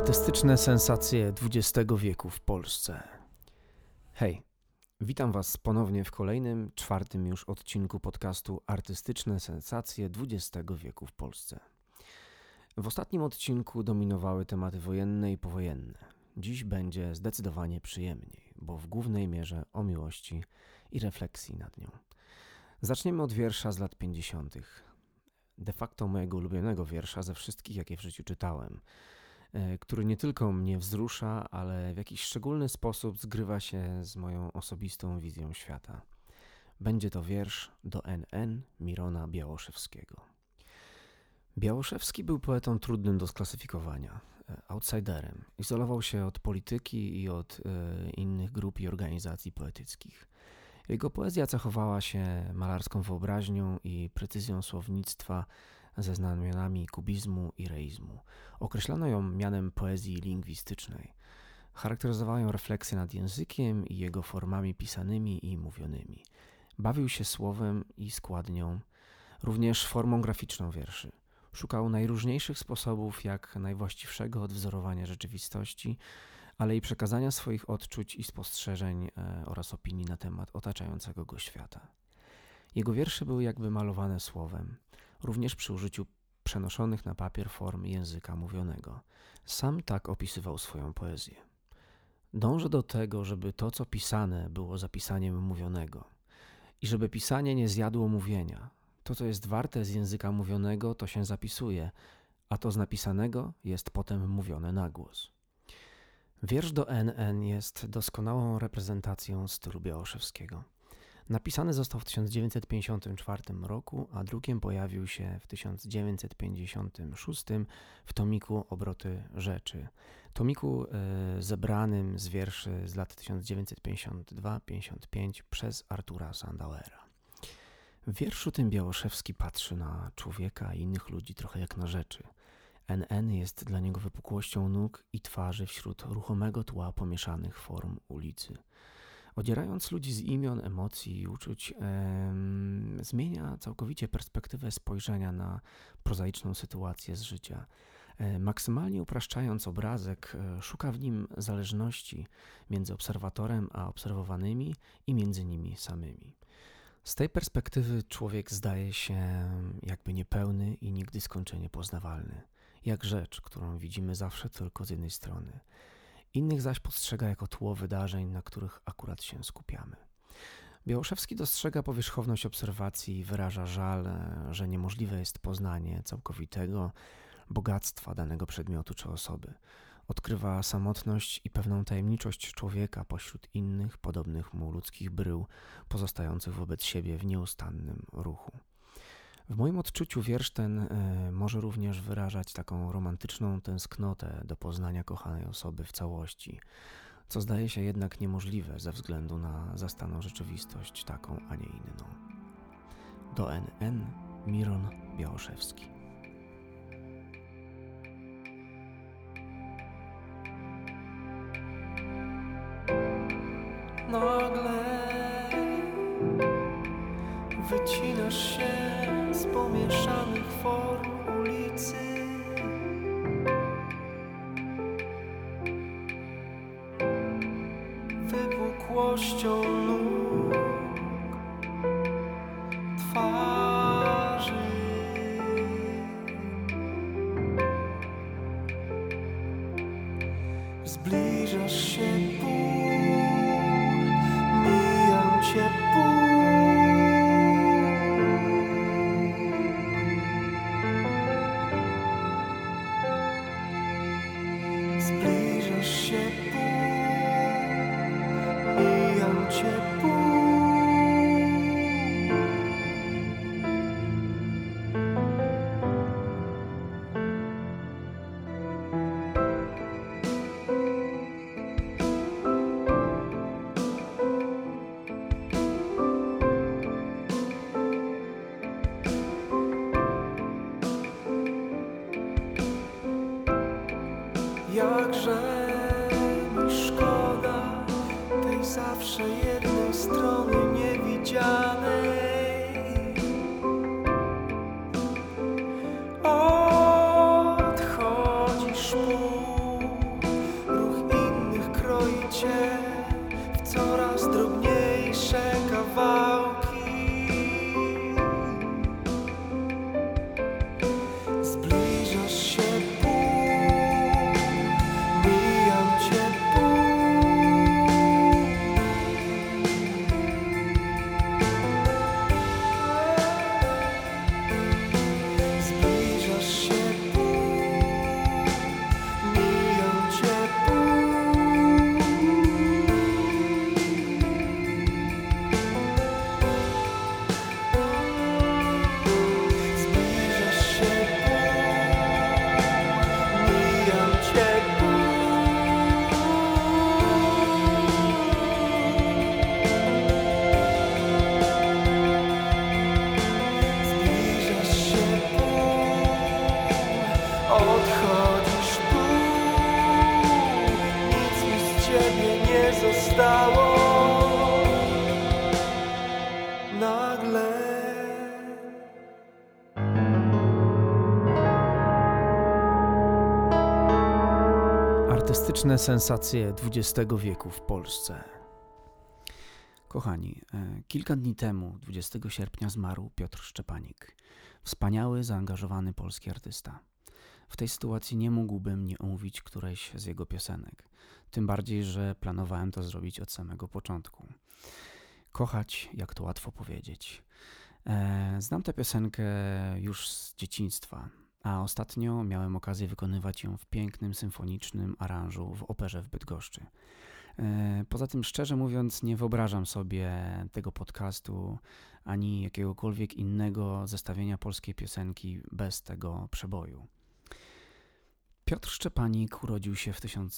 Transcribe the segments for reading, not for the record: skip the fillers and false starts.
Artystyczne sensacje XX wieku w Polsce. Hej, witam Was ponownie w kolejnym, czwartym już odcinku podcastu Artystyczne sensacje XX wieku w Polsce. W ostatnim odcinku dominowały tematy wojenne i powojenne. Dziś będzie zdecydowanie przyjemniej, bo w głównej mierze o miłości i refleksji nad nią. Zaczniemy od wiersza z lat 50. De facto mojego ulubionego wiersza ze wszystkich, jakie w życiu czytałem, który nie tylko mnie wzrusza, ale w jakiś szczególny sposób zgrywa się z moją osobistą wizją świata. Będzie to wiersz do NN Mirona Białoszewskiego. Białoszewski był poetą trudnym do sklasyfikowania, outsiderem. Izolował się od polityki i od innych grup i organizacji poetyckich. Jego poezja cechowała się malarską wyobraźnią i precyzją słownictwa ze znamionami kubizmu i reizmu. Określano ją mianem poezji lingwistycznej. Charakteryzowała ją refleksję nad językiem i jego formami pisanymi i mówionymi. Bawił się słowem i składnią, również formą graficzną wierszy. Szukał najróżniejszych sposobów jak najwłaściwszego odwzorowania rzeczywistości, ale i przekazania swoich odczuć i spostrzeżeń oraz opinii na temat otaczającego go świata. Jego wiersze były jakby malowane słowem, również przy użyciu przenoszonych na papier form języka mówionego. Sam tak opisywał swoją poezję. Dążę do tego, żeby to, co pisane, było zapisaniem mówionego i żeby pisanie nie zjadło mówienia. To, co jest warte z języka mówionego, to się zapisuje, a to z napisanego jest potem mówione na głos. Wiersz do NN jest doskonałą reprezentacją stylu Białoszewskiego. Napisany został w 1954 roku, a drukiem pojawił się w 1956 w tomiku Obroty Rzeczy. Tomiku zebranym z wierszy z lat 1952-55 przez Artura Sandauera. W wierszu tym Białoszewski patrzy na człowieka i innych ludzi trochę jak na rzeczy. NN jest dla niego wypukłością nóg i twarzy wśród ruchomego tła pomieszanych form ulicy. Odzierając ludzi z imion, emocji i uczuć, zmienia całkowicie perspektywę spojrzenia na prozaiczną sytuację z życia. Maksymalnie upraszczając obrazek, szuka w nim zależności między obserwatorem a obserwowanymi i między nimi samymi. Z tej perspektywy człowiek zdaje się jakby niepełny i nigdy skończenie poznawalny, jak rzecz, którą widzimy zawsze tylko z jednej strony. Innych zaś postrzega jako tło wydarzeń, na których akurat się skupiamy. Białoszewski dostrzega powierzchowność obserwacji i wyraża żal, że niemożliwe jest poznanie całkowitego bogactwa danego przedmiotu czy osoby. Odkrywa samotność i pewną tajemniczość człowieka pośród innych, podobnych mu ludzkich brył, pozostających wobec siebie w nieustannym ruchu. W moim odczuciu wiersz ten może również wyrażać taką romantyczną tęsknotę do poznania kochanej osoby w całości, co zdaje się jednak niemożliwe ze względu na zastaną rzeczywistość taką, a nie inną. Do NN Miron Białoszewski. Nagle wycinasz się z pomieszanych form ulicy. Wypukłością nóg, twarzy. Zbliżasz się mijam cię Zbliżasz się mijam cię Jakże mi szkoda tej zawsze jednej strony niewidzianej. Odchodzisz mu Romantyczne sensacje XX wieku w Polsce. Kochani, kilka dni temu, 20 sierpnia, zmarł Piotr Szczepanik. Wspaniały, zaangażowany polski artysta. W tej sytuacji nie mógłbym nie omówić którejś z jego piosenek. Tym bardziej, że planowałem to zrobić od samego początku. Kochać, jak to łatwo powiedzieć. Znam tę piosenkę już z dzieciństwa, a ostatnio miałem okazję wykonywać ją w pięknym, symfonicznym aranżu w operze w Bydgoszczy. Poza tym, szczerze mówiąc, nie wyobrażam sobie tego podcastu ani jakiegokolwiek innego zestawienia polskiej piosenki bez tego przeboju. Piotr Szczepanik urodził się w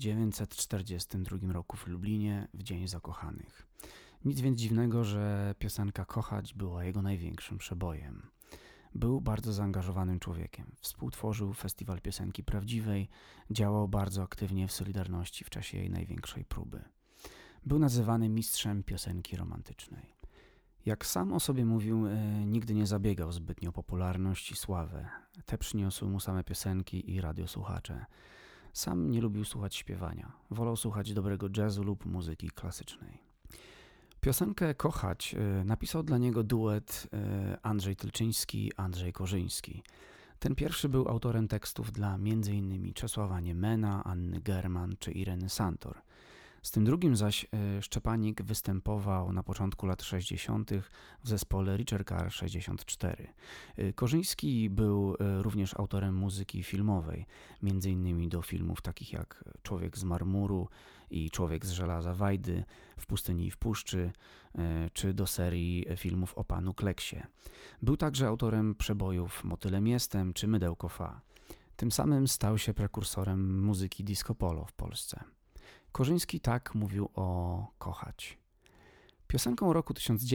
1942 roku w Lublinie w Dzień Zakochanych. Nic więc dziwnego, że piosenka Kochać była jego największym przebojem. Był bardzo zaangażowanym człowiekiem. Współtworzył Festiwal Piosenki Prawdziwej, działał bardzo aktywnie w Solidarności w czasie jej największej próby. Był nazywany mistrzem piosenki romantycznej. Jak sam o sobie mówił, nigdy nie zabiegał zbytnio o popularność i sławę. Te przyniosły mu same piosenki i radiosłuchacze. Sam nie lubił słuchać śpiewania. Wolał słuchać dobrego jazzu lub muzyki klasycznej. Piosenkę Kochać napisał dla niego duet Andrzej Tylczyński, Andrzej Korzyński. Ten pierwszy był autorem tekstów dla m.in. Czesława Niemena, Anny German czy Ireny Santor. Z tym drugim zaś Szczepanik występował na początku lat 60. w zespole Richer Car 64. Korzyński był również autorem muzyki filmowej, m.in. do filmów takich jak Człowiek z marmuru i Człowiek z żelaza Wajdy, W pustyni i w puszczy, czy do serii filmów o panu Kleksie. Był także autorem przebojów Motylem jestem czy Mydełko fa. Tym samym stał się prekursorem muzyki disco polo w Polsce. Korzyński tak mówił o Kochać. Piosenką roku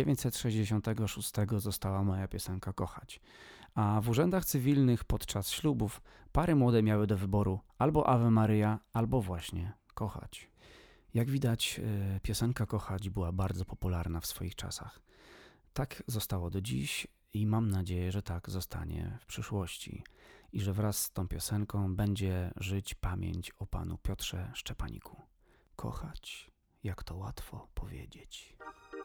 1966 została moja piosenka Kochać, a w urzędach cywilnych podczas ślubów pary młode miały do wyboru albo Ave Maria, albo właśnie Kochać. Jak widać, piosenka Kochać była bardzo popularna w swoich czasach. Tak zostało do dziś i mam nadzieję, że tak zostanie w przyszłości i że wraz z tą piosenką będzie żyć pamięć o panu Piotrze Szczepaniku. Kochać, jak to łatwo powiedzieć.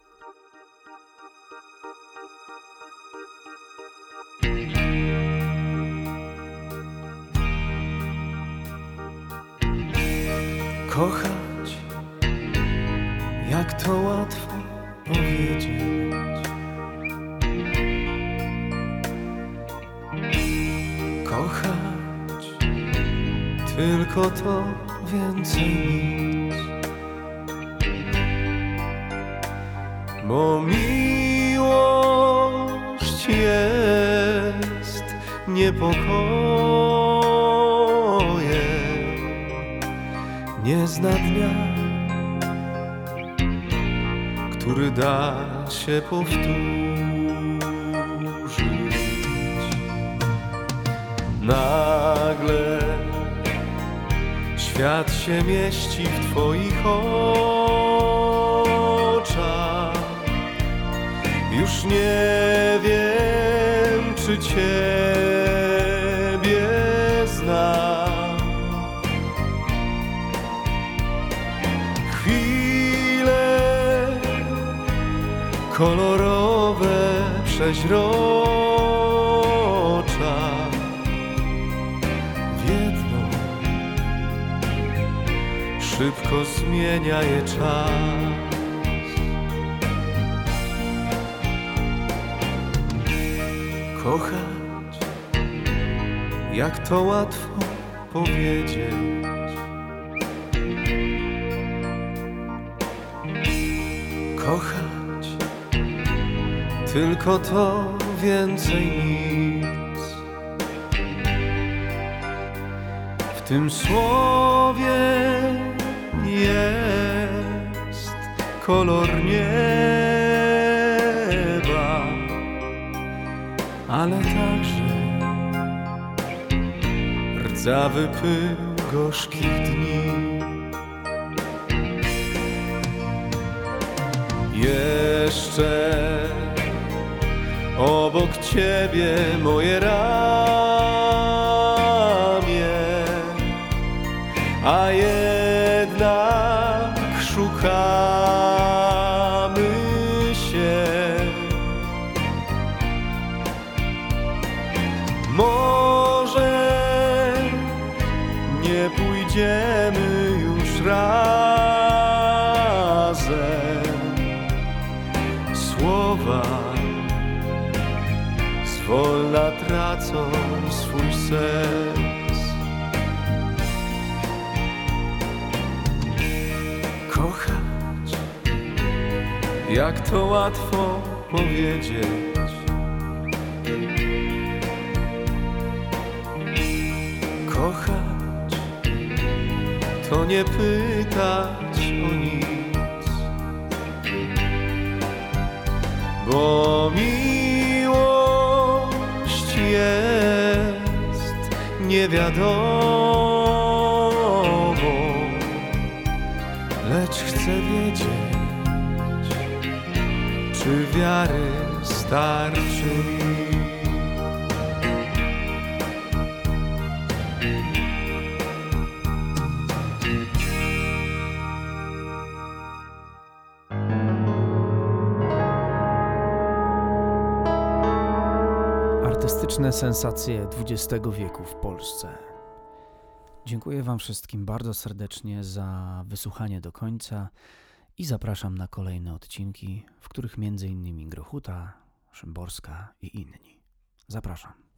Kochać, jak to łatwo powiedzieć. Kochać, tylko to więcej nic. Bo miłość jest niepokojem, nie zna dnia, który da się powtórzyć. Nagle świat się mieści w twoich oczach. Już nie wiem, czy ciebie znam. Chwile kolorowe, przeźrocza w jedno szybko zmienia je czas. Kochać, jak to łatwo powiedzieć. Kochać, tylko to więcej nic. W tym słowie jest kolor nieba, ale także rdzawy pył gorzkich dni. Jeszcze obok ciebie moje ramię, a pójdziemy już razem. Słowa zwolna tracą swój sens. Kochać, jak to łatwo powiedzieć. Kochać to nie pytać o nic, bo miłość jest niewiadomą, lecz chcę wiedzieć, czy wiary starczy mi. Artystyczne sensacje XX wieku w Polsce. Dziękuję Wam wszystkim bardzo serdecznie za wysłuchanie do końca i zapraszam na kolejne odcinki, w których m.in. Grochuta, Szymborska i inni. Zapraszam.